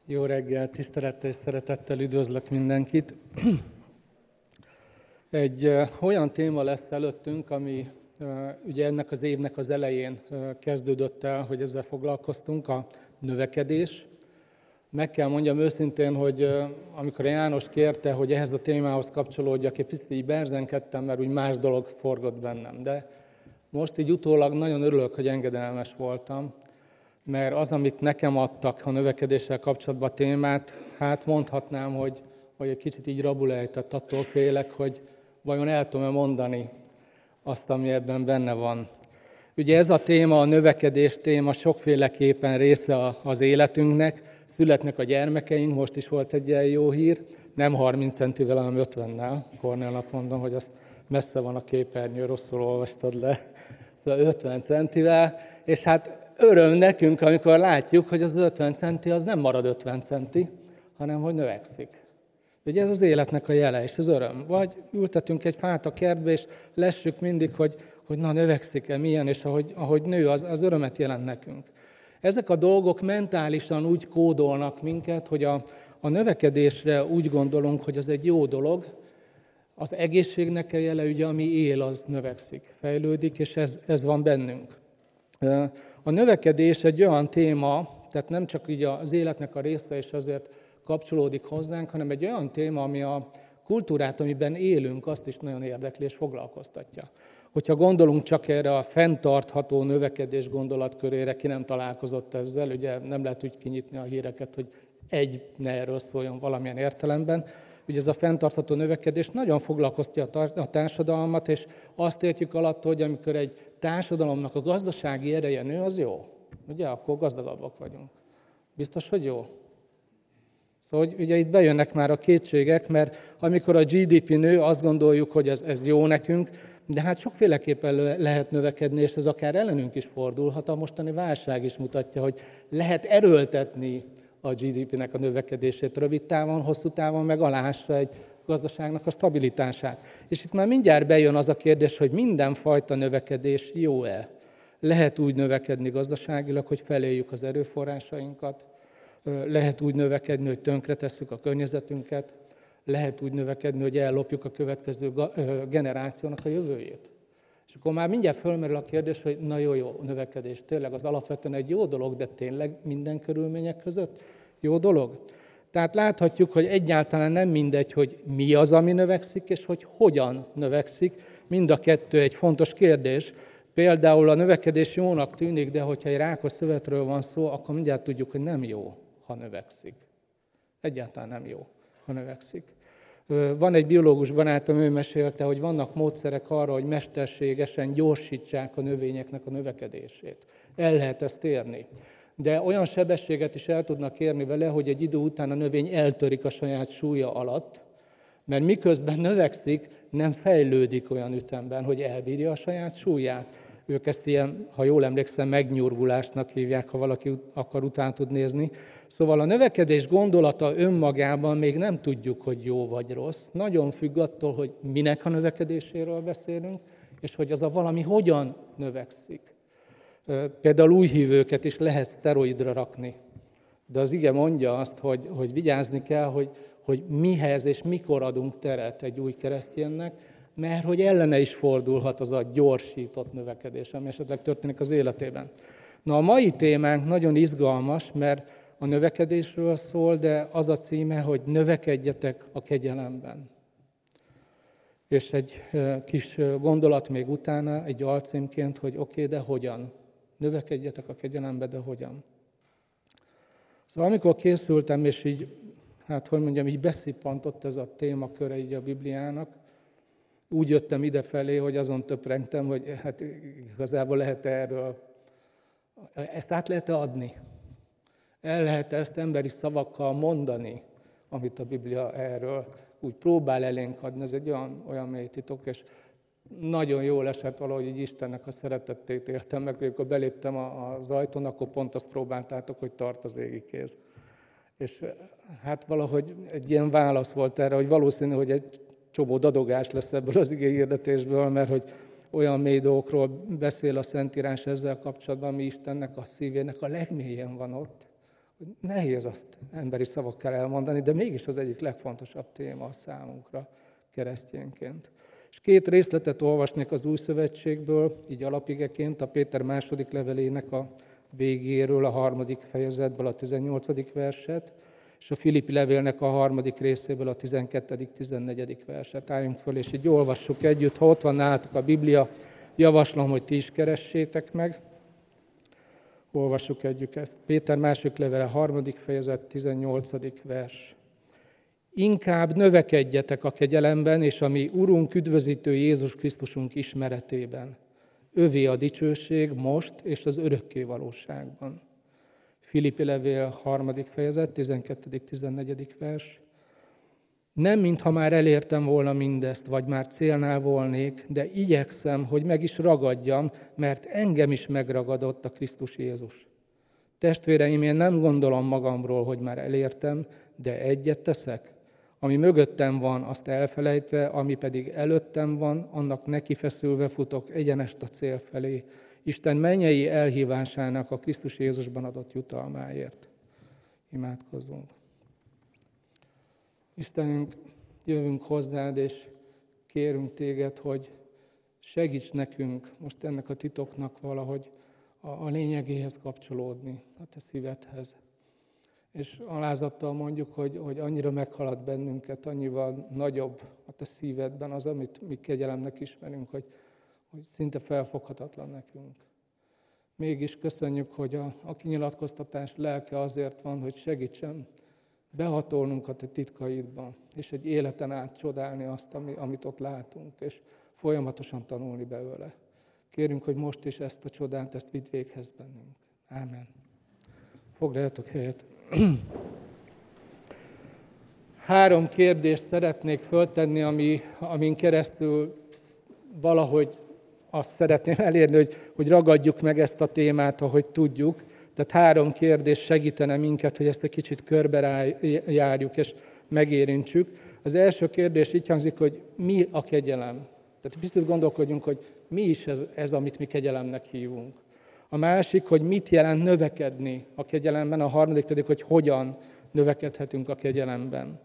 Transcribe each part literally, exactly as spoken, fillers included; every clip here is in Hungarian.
Jó reggel, tisztelettel és szeretettel üdvözlök mindenkit. Egy uh, olyan téma lesz előttünk, ami uh, ugye ennek az évnek az elején uh, kezdődött el, hogy ezzel foglalkoztunk, a növekedés. Meg kell mondjam őszintén, hogy uh, amikor János kérte, hogy ehhez a témához kapcsolódjak, egy picit így berzenkedtem, mert úgy más dolog forgott bennem. De most így utólag nagyon örülök, hogy engedelmes voltam, mert az, amit nekem adtak a növekedéssel kapcsolatban témát, hát mondhatnám, hogy, hogy egy kicsit így rabulejtett, attól félek, hogy vajon el tudom-e mondani azt, ami ebben benne van. Ugye ez a téma, a növekedés téma sokféleképpen része az életünknek, születnek a gyermekeink, most is volt egy ilyen jó hír, nem harminc centivel, hanem ötvennel. Kornélnak mondom, hogy azt messze van a képernyő, rosszul olvastad le, szóval ötven centivel, és hát öröm nekünk, amikor látjuk, hogy az ötven centi az nem marad ötven centi, hanem hogy növekszik. Ugye ez az életnek a jele, és az öröm. Vagy ültetünk egy fát a kertbe, és lessük mindig, hogy, hogy na növekszik-e, milyen, és ahogy, ahogy nő, az, az örömet jelent nekünk. Ezek a dolgok mentálisan úgy kódolnak minket, hogy a, a növekedésre úgy gondolunk, hogy az egy jó dolog. Az egészségnek a jele, ugye, ami él, az növekszik, fejlődik, és ez, ez van bennünk. A növekedés egy olyan téma, tehát nem csak így az életnek a része, és azért kapcsolódik hozzánk, hanem egy olyan téma, ami a kultúrát, amiben élünk, azt is nagyon érdekli és foglalkoztatja. Hogyha gondolunk csak erre a fenntartható növekedés gondolatkörére, ki nem találkozott ezzel, ugye nem lehet úgy kinyitni a híreket, hogy egy ne erről szóljon valamilyen értelemben. Ugye ez a fenntartható növekedés nagyon foglalkoztatja a társadalmat, és azt értjük alatt, hogy amikor egy társadalomnak a gazdasági ereje nő, az jó. Ugye, akkor gazdagabbak vagyunk. Biztos, hogy jó? Szóval hogy ugye itt bejönnek már a kétségek, mert amikor a gé dé pé nő, azt gondoljuk, hogy ez, ez jó nekünk, de hát sokféleképpen lehet növekedni, és ez akár ellenünk is fordulhat. A mostani válság is mutatja, hogy lehet erőltetni a gé dé pének a növekedését rövid távon, hosszú távon meg aláássa egy gazdaságnak a stabilitását. És itt már mindjárt bejön az a kérdés, hogy mindenfajta növekedés jó-e? Lehet úgy növekedni gazdaságilag, hogy feléljük az erőforrásainkat, lehet úgy növekedni, hogy tönkretesszük a környezetünket, lehet úgy növekedni, hogy ellopjuk a következő generációnak a jövőjét. És akkor már mindjárt fölmerül a kérdés, hogy na jó, jó, növekedés tényleg az alapvetően egy jó dolog, de tényleg minden körülmények között jó dolog? Tehát láthatjuk, hogy egyáltalán nem mindegy, hogy mi az, ami növekszik, és hogy hogyan növekszik. Mind a kettő egy fontos kérdés. Például a növekedés jónak tűnik, de hogyha egy rákos szövetről van szó, akkor mindjárt tudjuk, hogy nem jó, ha növekszik. Egyáltalán nem jó, ha növekszik. Van egy biológus barátom, ő mesélte, hogy vannak módszerek arra, hogy mesterségesen gyorsítsák a növényeknek a növekedését. El lehet ezt érni. De olyan sebességet is el tudnak érni vele, hogy egy idő után a növény eltörik a saját súlya alatt, mert miközben növekszik, nem fejlődik olyan ütemben, hogy elbírja a saját súlyát. Ők ezt ilyen, ha jól emlékszem, megnyurgulásnak hívják, ha valaki akar után tud nézni. Szóval a növekedés gondolata önmagában még nem tudjuk, hogy jó vagy rossz. Nagyon függ attól, hogy minek a növekedéséről beszélünk, és hogy az a valami hogyan növekszik. Például új hívőket is lehet szteroidra rakni. De az ige mondja azt, hogy, hogy vigyázni kell, hogy, hogy mihez és mikor adunk teret egy új kereszténynek, mert hogy ellene is fordulhat az a gyorsított növekedés, ami esetleg történik az életében. Na, a mai témánk nagyon izgalmas, mert a növekedésről szól, de az a címe, hogy növekedjetek a kegyelemben. És egy kis gondolat még utána, egy alcímként, hogy oké, okay, de hogyan? Növekedjetek a kegyelembe, de hogyan? Szóval amikor készültem, és így, hát hogy mondjam, így beszippantott ez a témaköre így a Bibliának, úgy jöttem idefelé, hogy azon töprengtem, hogy hát igazából lehet erről, ezt át lehet adni. El lehet ezt emberi szavakkal mondani, amit a Biblia erről úgy próbál elénk adni. Ez egy olyan, olyan mély titok, és nagyon jól esett valahogy így Istennek a szeretetét értem meg, amikor beléptem az ajtón, akkor pont azt próbáltátok, hogy tart az égi kéz. És hát valahogy egy ilyen válasz volt erre, hogy valószínű, hogy egy csomó dadogás lesz ebből az igéhirdetésből, mert hogy olyan mély dolgokról beszél a Szentírás ezzel kapcsolatban, ami Istennek a szívének a legmélyen van ott, Nehéz azt emberi szavakkal elmondani, de mégis az egyik legfontosabb téma a számunkra keresztényként. És két részletet olvasnék az Új Szövetségből, így alapigeként, a Péter második levelének a végéről, a harmadik fejezetből a tizennyolcadik verset, és a Filippi levélnek a harmadik részéből a tizenkettedik tizennegyedik verset. Álljunk föl, és így olvassuk együtt. Ha ott van nálatok a Biblia, javaslom, hogy ti is keressétek meg. Olvassuk együtt ezt. Péter második levele, harmadik fejezet, tizennyolcadik vers. Inkább növekedjetek a kegyelemben, és a mi Urunk, üdvözítő Jézus Krisztusunk ismeretében. Övé a dicsőség most és az örökké valóságban. Filippi levél, harmadik fejezet, tizenkettedik tizennegyedik vers. Nem, mintha már elértem volna mindezt, vagy már célnál volnék, de igyekszem, hogy meg is ragadjam, mert engem is megragadott a Krisztus Jézus. Testvéreim, én nem gondolom magamról, hogy már elértem, de egyet teszek. Ami mögöttem van, azt elfelejtve, ami pedig előttem van, annak nekifeszülve futok egyenest a cél felé, Isten mennyei elhívásának a Krisztus Jézusban adott jutalmáért. Imádkozzunk. Istenünk, jövünk hozzád, és kérünk téged, hogy segíts nekünk most ennek a titoknak valahogy a, a lényegéhez kapcsolódni, a te szívedhez. És alázattal mondjuk, hogy, hogy annyira meghalad bennünket, annyival nagyobb a te szívedben az, amit mi kegyelemnek ismerünk, hogy, hogy szinte felfoghatatlan nekünk. Mégis köszönjük, hogy a, a kinyilatkoztatás lelke azért van, hogy segítsen behatolnunk a te titkaidba, és egy életen át csodálni azt, ami, amit ott látunk, és folyamatosan tanulni belőle. Kérünk, hogy most is ezt a csodát, ezt vidd véghez bennünk. Ámen. Foglaljatok helyet. Három kérdést szeretnék föltenni, ami, amin keresztül valahogy azt szeretném elérni, hogy, hogy ragadjuk meg ezt a témát, ahogy tudjuk. Tehát három kérdés segítene minket, hogy ezt egy kicsit körbe járjuk és megérintsük. Az első kérdés így hangzik, hogy mi a kegyelem? Tehát picit gondolkodjunk, hogy mi is ez, ez, amit mi kegyelemnek hívunk. A másik, hogy mit jelent növekedni a kegyelemben, a harmadik pedig, hogy hogyan növekedhetünk a kegyelemben.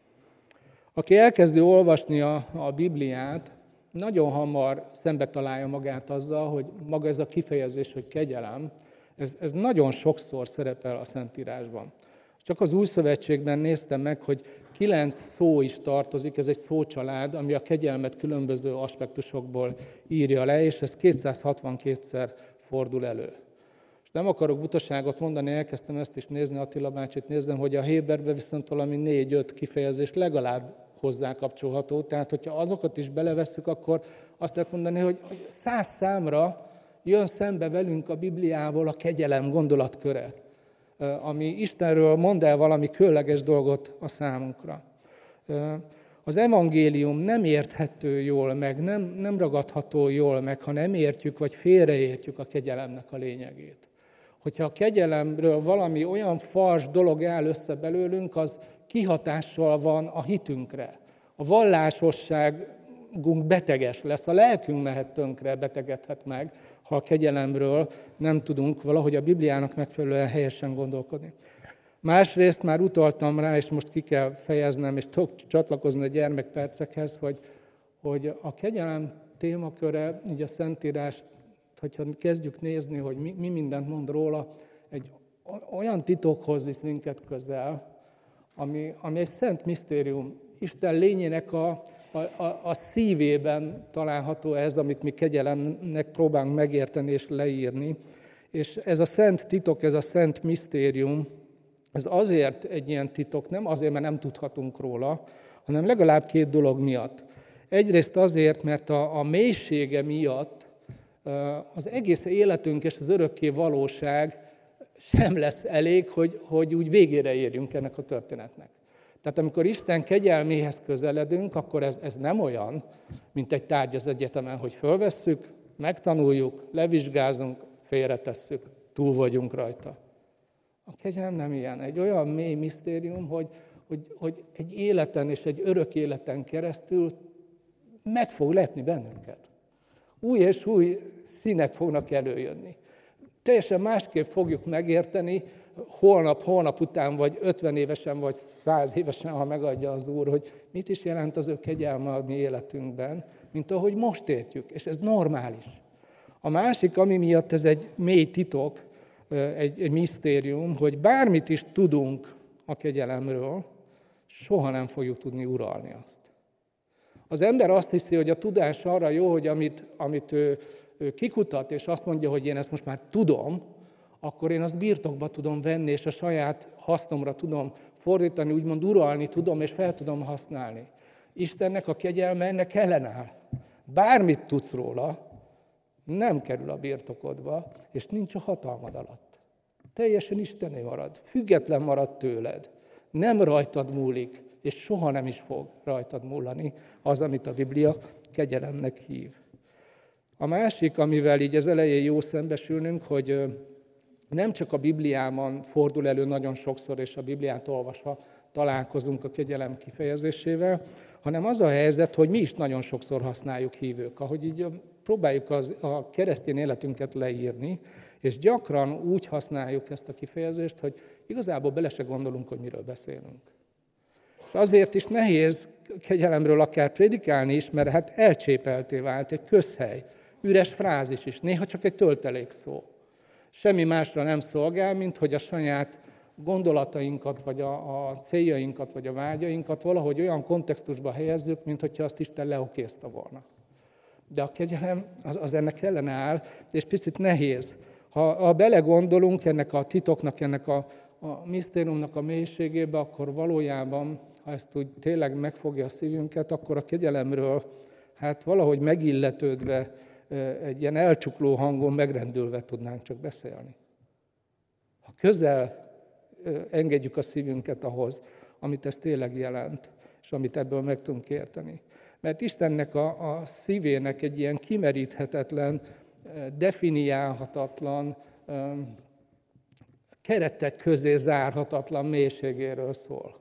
Aki elkezdi olvasni a, a Bibliát, nagyon hamar szembe találja magát azzal, hogy maga ez a kifejezés, hogy kegyelem, ez, ez nagyon sokszor szerepel a Szentírásban. Csak az Új Szövetségben néztem meg, hogy kilenc szó is tartozik, ez egy szócsalád, ami a kegyelmet különböző aspektusokból írja le, és ez kétszázhatvankétszer fordul elő. És nem akarok butaságot mondani, elkezdtem ezt is nézni, Attila bácsit nézem, hogy a Héberben viszont valami négy-öt kifejezés legalább hozzá kapcsolható. Tehát, hogyha azokat is belevesszük, akkor azt lehet mondani, hogy száz számra jön szembe velünk a Bibliából a kegyelem gondolatköre, ami Istenről mond el valami különleges dolgot a számunkra. Az evangélium nem érthető jól meg, nem, nem ragadható jól meg, ha nem értjük, vagy félreértjük a kegyelemnek a lényegét. Hogyha a kegyelemről valami olyan fals dolog áll össze belőlünk, az kihatással van a hitünkre. A vallásosságunk beteges lesz, a lelkünk mehet tönkre, betegedhet meg, ha a kegyelemről nem tudunk valahogy a Bibliának megfelelően helyesen gondolkodni. Másrészt már utaltam rá, és most ki kell fejeznem, és tudok csatlakozni a gyermekpercekhez, hogy, hogy a kegyelem témaköre, így a Szentírás, hogyha kezdjük nézni, hogy mi, mi mindent mond róla, egy olyan titokhoz visz minket közel, ami, ami egy szent misztérium. Isten lényének a, a, a, a szívében található ez, amit mi kegyelemnek próbálunk megérteni és leírni. És ez a szent titok, ez a szent misztérium, ez azért egy ilyen titok, nem azért, mert nem tudhatunk róla, hanem legalább két dolog miatt. Egyrészt azért, mert a, a mélysége miatt az egész életünk és az örökké valóság sem lesz elég, hogy, hogy úgy végére érjünk ennek a történetnek. Tehát amikor Isten kegyelméhez közeledünk, akkor ez, ez nem olyan, mint egy tárgy az egyetemen, hogy fölvesszük, megtanuljuk, levizsgázunk, félretesszük, túl vagyunk rajta. A kegyelem nem ilyen. Egy olyan mély misztérium, hogy, hogy, hogy egy életen és egy örök életen keresztül meg fog lepni bennünket. Új és új színek fognak előjönni. Teljesen másképp fogjuk megérteni holnap, holnap után, vagy ötven évesen, vagy száz évesen, ha megadja az Úr, hogy mit is jelent az ő kegyelme a mi életünkben, mint ahogy most értjük, és ez normális. A másik, ami miatt ez egy mély titok, egy, egy misztérium, hogy bármit is tudunk a kegyelemről, soha nem fogjuk tudni uralni azt. Az ember azt hiszi, hogy a tudás arra jó, hogy amit, amit ő, ő kikutat, és azt mondja, hogy én ezt most már tudom, akkor én azt birtokba tudom venni, és a saját hasznomra tudom fordítani, úgymond uralni tudom, és fel tudom használni. Istennek a kegyelme ennek ellenáll. Bármit tudsz róla, nem kerül a birtokodba, és nincs a hatalmad alatt. Teljesen Istené marad, független marad tőled. Nem rajtad múlik, és soha nem is fog rajtad múlani az, amit a Biblia kegyelemnek hív. A másik, amivel így az elején jó szembesülnünk, hogy nem csak a Bibliában fordul elő nagyon sokszor, és a Bibliát olvasva találkozunk a kegyelem kifejezésével, hanem az a helyzet, hogy mi is nagyon sokszor használjuk hívők, ahogy így próbáljuk az, a keresztény életünket leírni, és gyakran úgy használjuk ezt a kifejezést, hogy igazából bele se gondolunk, hogy miről beszélünk. És azért is nehéz kegyelemről akár prédikálni is, mert hát elcsépelté vált, egy közhely, üres frázis is, néha csak egy töltelék szó. Semmi másra nem szolgál, mint hogy a saját gondolatainkat, vagy a, a céljainkat, vagy a vágyainkat valahogy olyan kontextusba helyezzük, mint hogyha azt Isten leokézta volna. De a kegyelem az, az ennek ellen áll, és picit nehéz. Ha, ha belegondolunk ennek a titoknak, ennek a, a misztériumnak a mélységébe, akkor valójában, ha ezt úgy tényleg megfogja a szívünket, akkor a kegyelemről hát valahogy megilletődve, egy ilyen elcsukló hangon megrendülve tudnánk csak beszélni. Ha közel engedjük a szívünket ahhoz, amit ez tényleg jelent, és amit ebből meg tudunk érteni. Mert Istennek a, a szívének egy ilyen kimeríthetetlen, definiálhatatlan, keretek közé zárhatatlan mélységéről szól.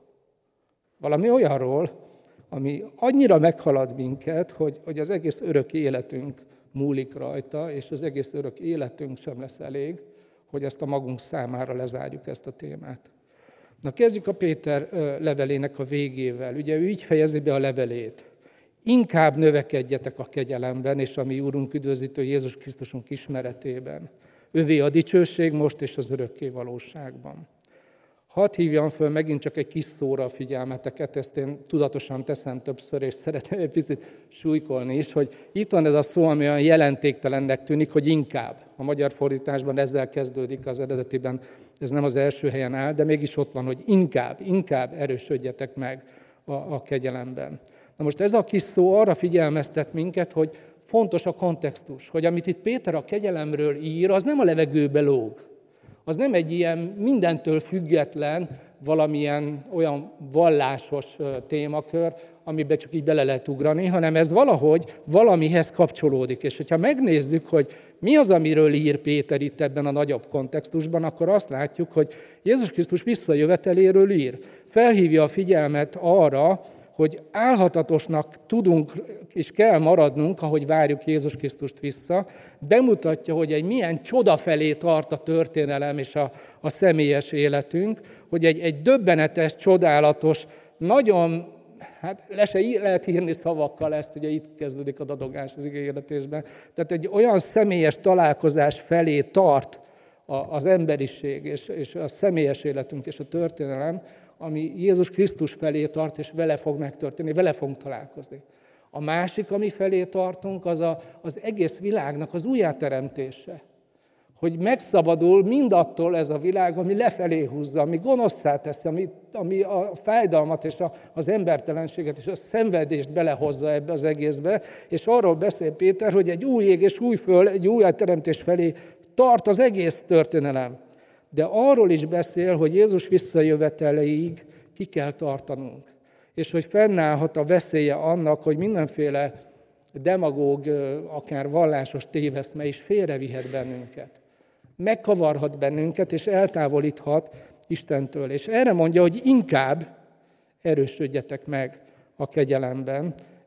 Valami olyanról, ami annyira meghalad minket, hogy, hogy az egész örök életünk múlik rajta, és az egész örök életünk sem lesz elég, hogy ezt a magunk számára lezárjuk ezt a témát. Na kezdjük a Péter levelének a végével. Ugye ő így fejezi be a levelét. Inkább növekedjetek a kegyelemben, és a mi Úrunk üdvözítő Jézus Krisztusunk ismeretében. Övé a dicsőség most és az örökké valóságban. Hadd hívjam föl megint csak egy kis szóra a figyelmeteket, ezt én tudatosan teszem többször, és szeretném egy picit súlykolni is, hogy itt van ez a szó, ami olyan jelentéktelennek tűnik, hogy inkább. A magyar fordításban ezzel kezdődik, az eredetiben ez nem az első helyen áll, de mégis ott van, hogy inkább, inkább erősödjetek meg a, a kegyelemben. Na most ez a kis szó arra figyelmeztet minket, hogy fontos a kontextus, hogy amit itt Péter a kegyelemről ír, az nem a levegőbe lóg. Az nem egy ilyen mindentől független, valamilyen olyan vallásos témakör, amiben csak így bele lehet ugrani, hanem ez valahogy valamihez kapcsolódik. És hogyha megnézzük, hogy mi az, amiről ír Péter itt ebben a nagyobb kontextusban, akkor azt látjuk, hogy Jézus Krisztus visszajöveteléről ír. Felhívja a figyelmet arra, hogy álhatatosnak tudunk és kell maradnunk, ahogy várjuk Jézus Krisztust vissza, bemutatja, hogy egy milyen csoda felé tart a történelem és a, a személyes életünk, hogy egy, egy döbbenetes, csodálatos, nagyon, hát le se lehet írni szavakkal ezt, ugye itt kezdődik a dadogás az ígéretésben, tehát egy olyan személyes találkozás felé tart az emberiség és, és a személyes életünk és a történelem, ami Jézus Krisztus felé tart, és vele fog megtörténni, vele fogunk találkozni. A másik, ami felé tartunk, az a, az egész világnak az újjáteremtése. Hogy megszabadul mindattól ez a világ, ami lefelé húzza, ami gonoszszá teszi, ami, ami a fájdalmat és a, az embertelenséget és a szenvedést belehozza ebbe az egészbe. És arról beszél Péter, hogy egy új ég és új föld, egy újjáteremtés felé tart az egész történelem. De arról is beszél, hogy Jézus visszajöveteleig ki kell tartanunk. És hogy fennállhat a veszélye annak, hogy mindenféle demagóg, akár vallásos téveszme is félrevihet bennünket. Megkavarhat bennünket, és eltávolíthat Istentől. És erre mondja, hogy inkább erősödjetek meg a kegyelemben.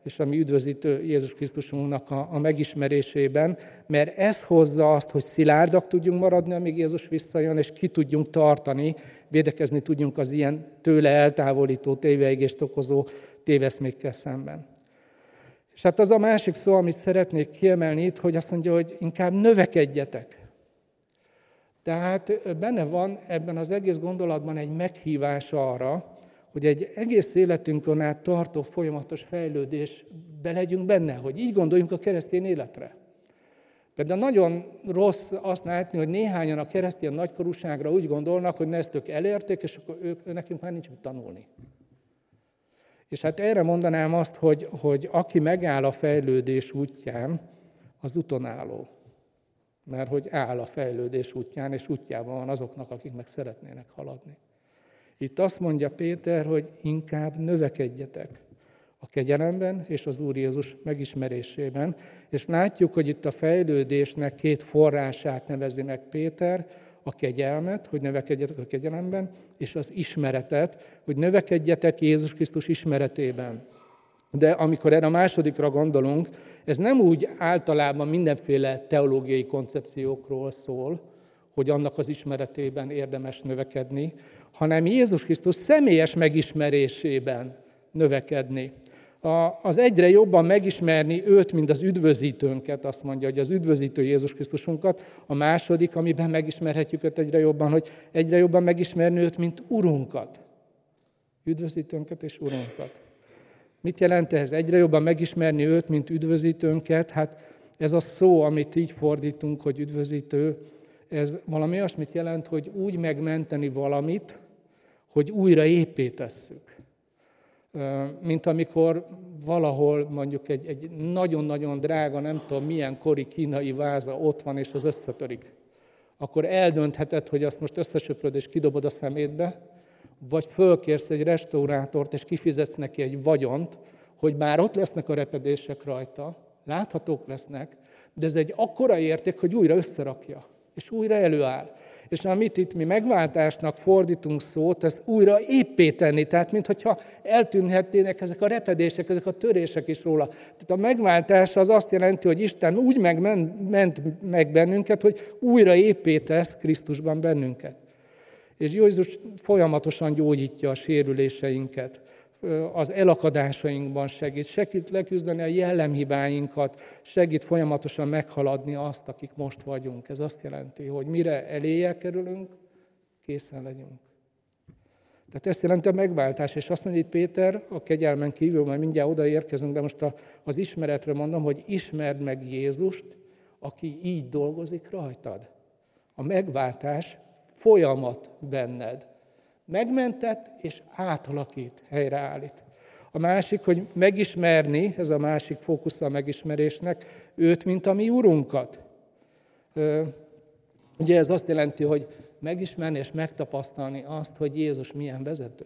és a mi üdvözítő Jézus Krisztusunknak a, a megismerésében, mert ez hozza azt, hogy szilárdak tudjunk maradni, amíg Jézus visszajön, és ki tudjunk tartani, védekezni tudjunk az ilyen tőle eltávolító, tévjeigést okozó téveszmékkel szemben. És hát az a másik szó, amit szeretnék kiemelni itt, hogy azt mondja, hogy inkább növekedjetek. Tehát benne van ebben az egész gondolatban egy meghívás arra, hogy egy egész életünkön át tartó folyamatos fejlődésbe legyünk benne, hogy így gondoljunk a keresztény életre. Például nagyon rossz azt látni, hogy néhányan a keresztény nagykorúságra úgy gondolnak, hogy ne ezt ők elérték, és akkor ők, nekünk már nincs mit tanulni. És hát erre mondanám azt, hogy, hogy aki megáll a fejlődés útján, az utonálló. Mert hogy áll a fejlődés útján, és útjában van azoknak, akik meg szeretnének haladni. Itt azt mondja Péter, hogy inkább növekedjetek a kegyelemben és az Úr Jézus megismerésében. És látjuk, hogy itt a fejlődésnek két forrását nevezi meg Péter, a kegyelmet, hogy növekedjetek a kegyelemben, és az ismeretet, hogy növekedjetek Jézus Krisztus ismeretében. De amikor erre a másodikra gondolunk, ez nem úgy általában mindenféle teológiai koncepciókról szól, hogy annak az ismeretében érdemes növekedni, hanem Jézus Krisztus személyes megismerésében növekedni. Az egyre jobban megismerni őt, mint az üdvözítőnket, azt mondja, hogy az üdvözítő Jézus Krisztusunkat. A második, amiben megismerhetjük őt egyre jobban, hogy egyre jobban megismerni őt, mint Urunkat. Üdvözítőnket és Urunkat. Mit jelent ez? Egyre jobban megismerni őt, mint üdvözítőnket? Hát ez a szó, amit így fordítunk, hogy üdvözítő, ez valami olyasmit jelent, hogy úgy megmenteni valamit, hogy újra éppé tesszük. Mint amikor valahol mondjuk egy, egy nagyon-nagyon drága, nem tudom milyen kori kínai váza ott van, és az összetörik. Akkor eldöntheted, hogy azt most összesöpröd és kidobod a szemétbe, vagy fölkérsz egy restaurátort, és kifizetsz neki egy vagyont, hogy bár ott lesznek a repedések rajta, láthatók lesznek, de ez egy akkora érték, hogy újra összerakja, és újra előáll. És amit itt mi megváltásnak fordítunk szót, ez újra éppé tenni, tehát mintha eltűnhetnének ezek a repedések, ezek a törések is róla. Tehát a megváltás az azt jelenti, hogy Isten úgy megment, ment meg bennünket, hogy újra éppé tesz Krisztusban bennünket. És Jézus folyamatosan gyógyítja a sérüléseinket, az elakadásainkban segít, segít leküzdeni a jellemhibáinkat, segít folyamatosan meghaladni azt, akik most vagyunk. Ez azt jelenti, hogy mire eléje kerülünk, készen legyünk. Tehát ezt jelenti a megváltás, és azt mondja itt Péter, a kegyelmen kívül, majd mindjárt odaérkezünk, de most az ismeretre mondom, hogy ismerd meg Jézust, aki így dolgozik rajtad. A megváltás folyamat benned. Megmentett és átalakít, helyreállít. A másik, hogy megismerni, ez a másik fókusza a megismerésnek, őt, mint a mi Urunkat. Ugye ez azt jelenti, hogy megismerni és megtapasztalni azt, hogy Jézus milyen vezető.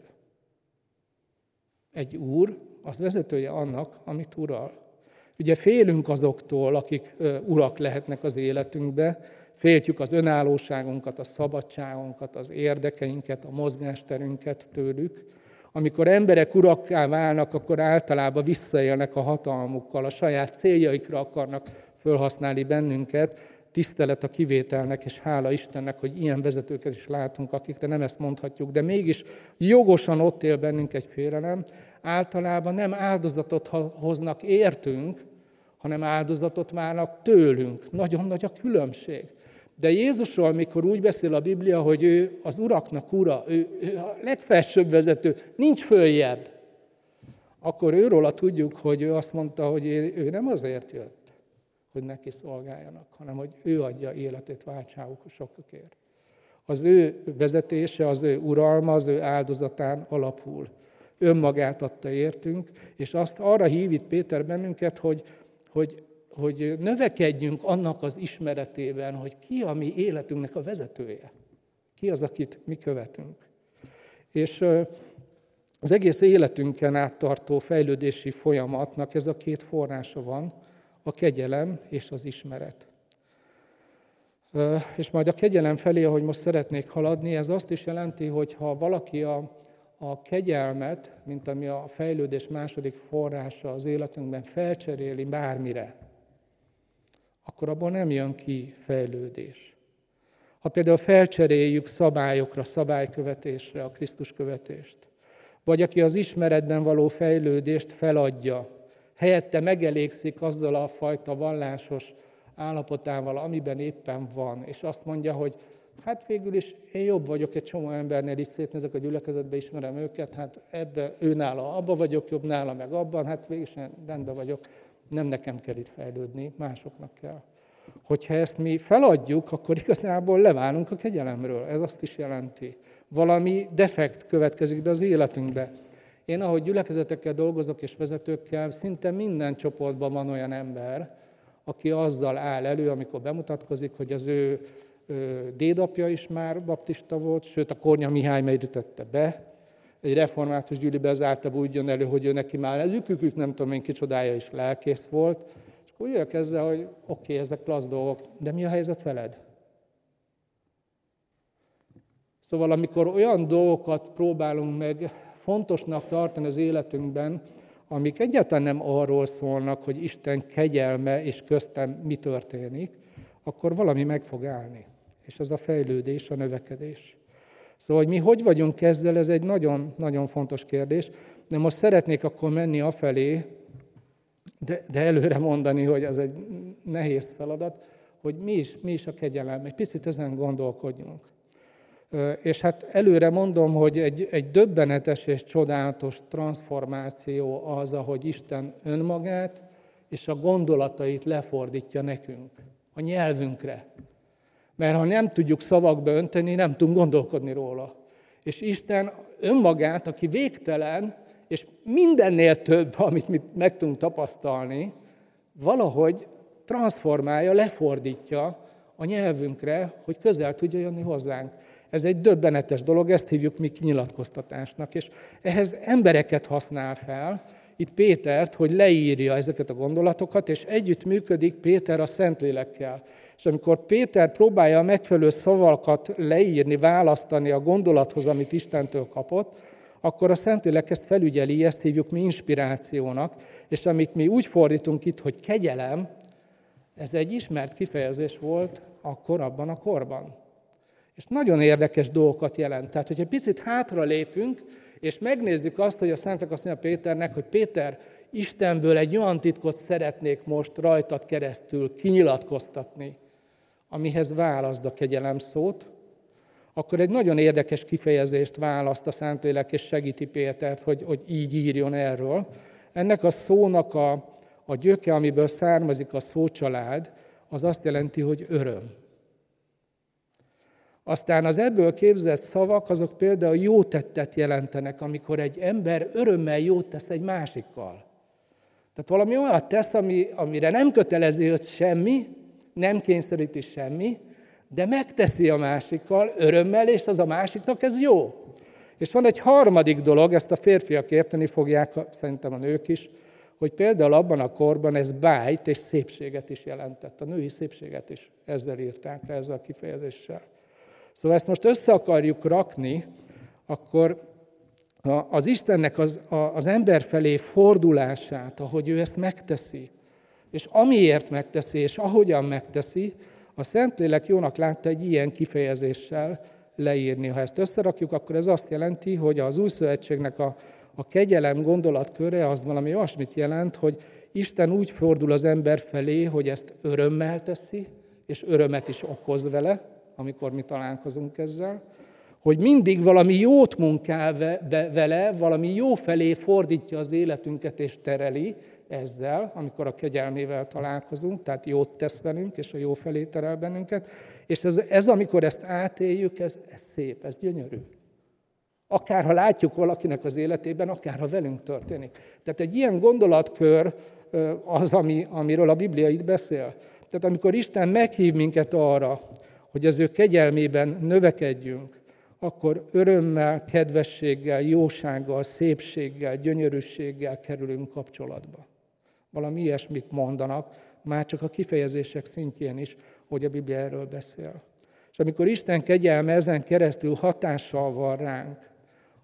Egy úr, az vezetője annak, amit ural. Ugye félünk azoktól, akik urak lehetnek az életünkbe, féltjük az önállóságunkat, a szabadságunkat, az érdekeinket, a mozgásterünket tőlük. Amikor emberek urakká válnak, akkor általában visszaélnek a hatalmukkal, a saját céljaikra akarnak felhasználni bennünket. Tisztelet a kivételnek, és hála Istennek, hogy ilyen vezetőket is látunk, akikre nem ezt mondhatjuk, de mégis jogosan ott él bennünk egy félelem. Általában nem áldozatot hoznak értünk, hanem áldozatot várnak tőlünk. Nagyon nagy a különbség. De Jézusról, mikor úgy beszél a Biblia, hogy ő az uraknak ura, ő, ő a legfelsőbb vezető, nincs följebb, akkor őróla tudjuk, hogy ő azt mondta, hogy ő nem azért jött, hogy neki szolgáljanak, hanem hogy ő adja életét váltságosokért. Az ő vezetése, az ő uralma, az ő áldozatán alapul. Önmagát adta értünk, és azt arra hív itt Péter bennünket, hogy, hogy, hogy növekedjünk annak az ismeretében, hogy ki a mi életünknek a vezetője. Ki az, akit mi követünk. És az egész életünken áttartó fejlődési folyamatnak ez a két forrása van, a kegyelem és az ismeret. És majd a kegyelem felé, ahogy most szeretnék haladni, ez azt is jelenti, hogy ha valaki a, a kegyelmet, mint ami a fejlődés második forrása az életünkben felcseréli bármire, akkor abból nem jön ki fejlődés. Ha például felcseréljük szabályokra, szabálykövetésre a Krisztus követést, vagy aki az ismeretben való fejlődést feladja, helyette megelégszik azzal a fajta vallásos állapotával, amiben éppen van, és azt mondja, hogy hát végül is én jobb vagyok egy csomó embernél, így szétnézek a gyülekezetbe, ismerem őket, hát ebbe, ő nála abba vagyok jobb, nála meg abban, hát végül is rendben vagyok, nem nekem kell itt fejlődni, másoknak kell. Hogyha ezt mi feladjuk, akkor igazából leválunk a kegyelemről, ez azt is jelenti. Valami defekt következik be az életünkbe. Én, ahogy gyülekezetekkel dolgozok és vezetőkkel, szinte minden csoportban van olyan ember, aki azzal áll elő, amikor bemutatkozik, hogy az ő dédapja is már baptista volt, sőt a Kornya Mihály merítette be. Egy református gyűlibe az általában úgy jön elő, hogy ő neki már ükükük, nem tudom én kicsodája is lelkész volt. És akkor jöjjök ezzel, hogy oké, okay, ezek klassz dolgok, de mi a helyzet veled? Szóval amikor olyan dolgokat próbálunk meg fontosnak tartani az életünkben, amik egyáltalán nem arról szólnak, hogy Isten kegyelme és köztem mi történik, akkor valami meg fog állni. És ez a fejlődés, a növekedés. Szóval, hogy mi hogy vagyunk ezzel, ez egy nagyon-nagyon fontos kérdés. De most szeretnék akkor menni afelé, de, de előre mondani, hogy ez egy nehéz feladat, hogy mi is, mi is a kegyelem. Egy picit ezen gondolkodjunk. És hát előre mondom, hogy egy, egy döbbenetes és csodálatos transformáció az, ahogy Isten önmagát és a gondolatait lefordítja nekünk, a nyelvünkre. Mert ha nem tudjuk szavakba önteni, nem tudunk gondolkodni róla. És Isten önmagát, aki végtelen, és mindennél több, amit mi meg tudunk tapasztalni, valahogy transformálja, lefordítja a nyelvünkre, hogy közel tudja jönni hozzánk. Ez egy döbbenetes dolog, ezt hívjuk mi kinyilatkoztatásnak, és ehhez embereket használ fel, itt Pétert, hogy leírja ezeket a gondolatokat, és együtt működik Péter a Szentlélekkel. És amikor Péter próbálja a megfelelő szavakat leírni, választani a gondolathoz, amit Istentől kapott, akkor a Szentlélek ezt felügyeli, ezt hívjuk mi inspirációnak, és amit mi úgy fordítunk itt, hogy kegyelem, ez egy ismert kifejezés volt akkor abban a korban. És nagyon érdekes dolgokat jelent. Tehát, hogy egy picit hátra lépünk, és megnézzük azt, hogy a Szentlélek azt mondja Péternek, hogy Péter, Istenből egy olyan titkot szeretnék most rajtad keresztül kinyilatkoztatni, amihez válaszd a kegyelem szót, akkor egy nagyon érdekes kifejezést választ a Szentlélek, és segíti Pétert, hogy, hogy így írjon erről. Ennek a szónak a, a gyöke, amiből származik a szócsalád, az azt jelenti, hogy öröm. Aztán az ebből képzett szavak, azok például jó tettet jelentenek, amikor egy ember örömmel jót tesz egy másikkal. Tehát valami olyat tesz, ami, amire nem kötelező őt semmi, nem kényszeríti semmi, de megteszi a másikkal örömmel, és az a másiknak ez jó. És van egy harmadik dolog, ezt a férfiak érteni fogják, szerintem a nők is, hogy például abban a korban ez bájt és szépséget is jelentett. A női szépséget is ezzel írták le, ezzel a kifejezéssel. Szóval ezt most össze akarjuk rakni, akkor az Istennek az, az ember felé fordulását, ahogy ő ezt megteszi, és amiért megteszi, és ahogyan megteszi, a Szentlélek jónak látta egy ilyen kifejezéssel leírni. Ha ezt összerakjuk, akkor ez azt jelenti, hogy az Új Szövetségnek a, a kegyelem gondolatköre az valami olyasmit jelent, hogy Isten úgy fordul az ember felé, hogy ezt örömmel teszi, és örömet is okoz vele, amikor mi találkozunk ezzel, hogy mindig valami jót munkál vele, valami jó felé fordítja az életünket és tereli ezzel, amikor a kegyelmével találkozunk, tehát jót tesz velünk, és a jó felé terel bennünket, és ez, ez amikor ezt átéljük, ez, ez szép, ez gyönyörű. Akár ha látjuk valakinek az életében, akár ha velünk történik. Tehát egy ilyen gondolatkör az, ami, amiről a Biblia itt beszél. Tehát amikor Isten meghív minket arra, hogy az ő kegyelmében növekedjünk, akkor örömmel, kedvességgel, jósággal, szépséggel, gyönyörűséggel kerülünk kapcsolatba. Valami ilyesmit mondanak, már csak a kifejezések szintjén is, hogy a Biblia erről beszél. És amikor Isten kegyelme ezen keresztül hatással van ránk,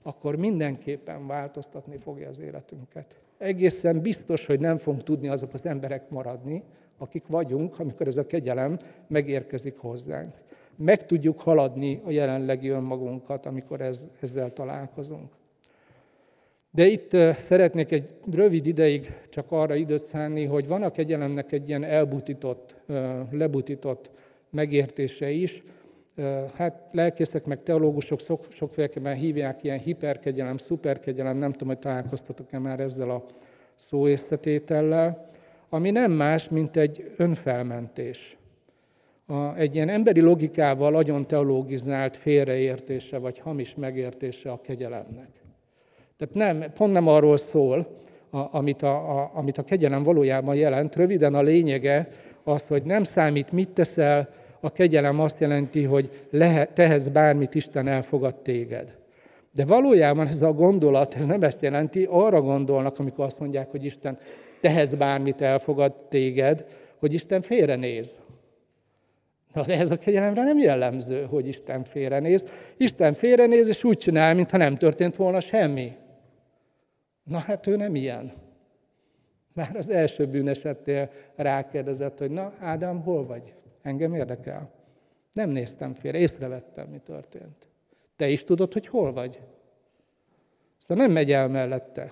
akkor mindenképpen változtatni fogja az életünket. Egészen biztos, hogy nem fogunk tudni azok az emberek maradni, akik vagyunk, amikor ez a kegyelem megérkezik hozzánk. Meg tudjuk haladni a jelenlegi önmagunkat, amikor ez, ezzel találkozunk. De itt szeretnék egy rövid ideig csak arra időt szánni, hogy van a kegyelemnek egy ilyen elbutított, lebutított megértése is. Hát lelkészek meg teológusok sok, sokféleképpen hívják ilyen hiperkegyelem, szuperkegyelem, nem tudom, hogy találkoztatok-e már ezzel a szóésszetétellel, ami nem más, mint egy önfelmentés. A, egy ilyen emberi logikával agyon teologizált félreértése, vagy hamis megértése a kegyelemnek. Tehát nem, pont nem arról szól, a, amit, a, a, amit a kegyelem valójában jelent. Röviden a lényege az, hogy nem számít, mit teszel, a kegyelem azt jelenti, hogy lehet, tehetsz bármit, Isten elfogad téged. De valójában ez a gondolat, ez nem ezt jelenti, arra gondolnak, amikor azt mondják, hogy Isten tehetsz bármit, elfogad téged, hogy Isten félrenéz. Na, de ez a kegyelemre nem jellemző, hogy Isten félrenéz. Isten félrenéz, és úgy csinál, mintha nem történt volna semmi. Na hát ő nem ilyen. Már az első bűnesetnél rákérdezett, hogy na, Ádám, hol vagy? Engem érdekel. Nem néztem félre, észrevettem, mi történt. Te is tudod, hogy hol vagy? Szóval nem megy el mellette.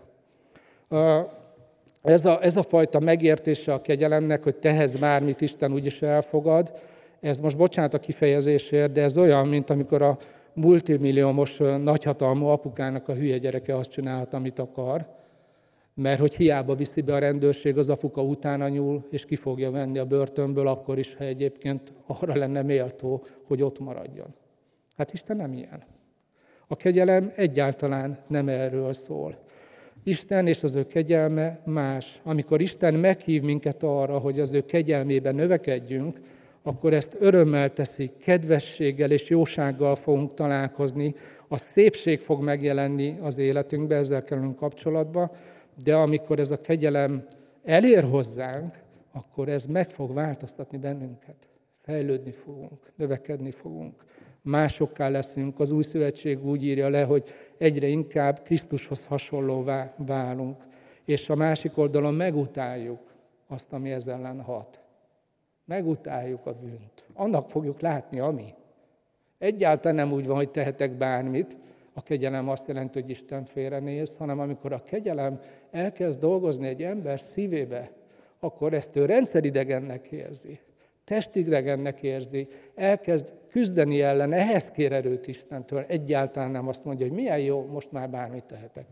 Ez a, ez a fajta megértése a kegyelemnek, hogy tehetsz bármit, Isten úgyis elfogad, ez most bocsánat a kifejezésért, de ez olyan, mint amikor a multimilliómos nagyhatalmú apukának a hülye gyereke azt csinálhat, amit akar, mert hogy hiába viszi be a rendőrség, az apuka utána nyúl, és ki fogja venni a börtönből, akkor is, ha egyébként arra lenne méltó, hogy ott maradjon. Hát Isten nem ilyen. A kegyelem egyáltalán nem erről szól. Isten és az ő kegyelme más. Amikor Isten meghív minket arra, hogy az ő kegyelmében növekedjünk, akkor ezt örömmel teszi, kedvességgel és jósággal fogunk találkozni, a szépség fog megjelenni az életünkbe, ezzel kerülünk kapcsolatba, de amikor ez a kegyelem elér hozzánk, akkor ez meg fog változtatni bennünket. Fejlődni fogunk, növekedni fogunk, másokká leszünk. Az Új Szövetség úgy írja le, hogy egyre inkább Krisztushoz hasonlóvá válunk, és a másik oldalon megutáljuk azt, ami ez ellen hat. Megutáljuk a bűnt. Annak fogjuk látni, ami. Egyáltalán nem úgy van, hogy tehetek bármit. A kegyelem azt jelenti, hogy Isten félrenéz, hanem amikor a kegyelem elkezd dolgozni egy ember szívébe, akkor ezt ő rendszeridegennek érzi, testidegennek érzi, elkezd küzdeni ellen, ehhez kér erőt Istentől. Egyáltalán nem azt mondja, hogy milyen jó, most már bármit tehetek.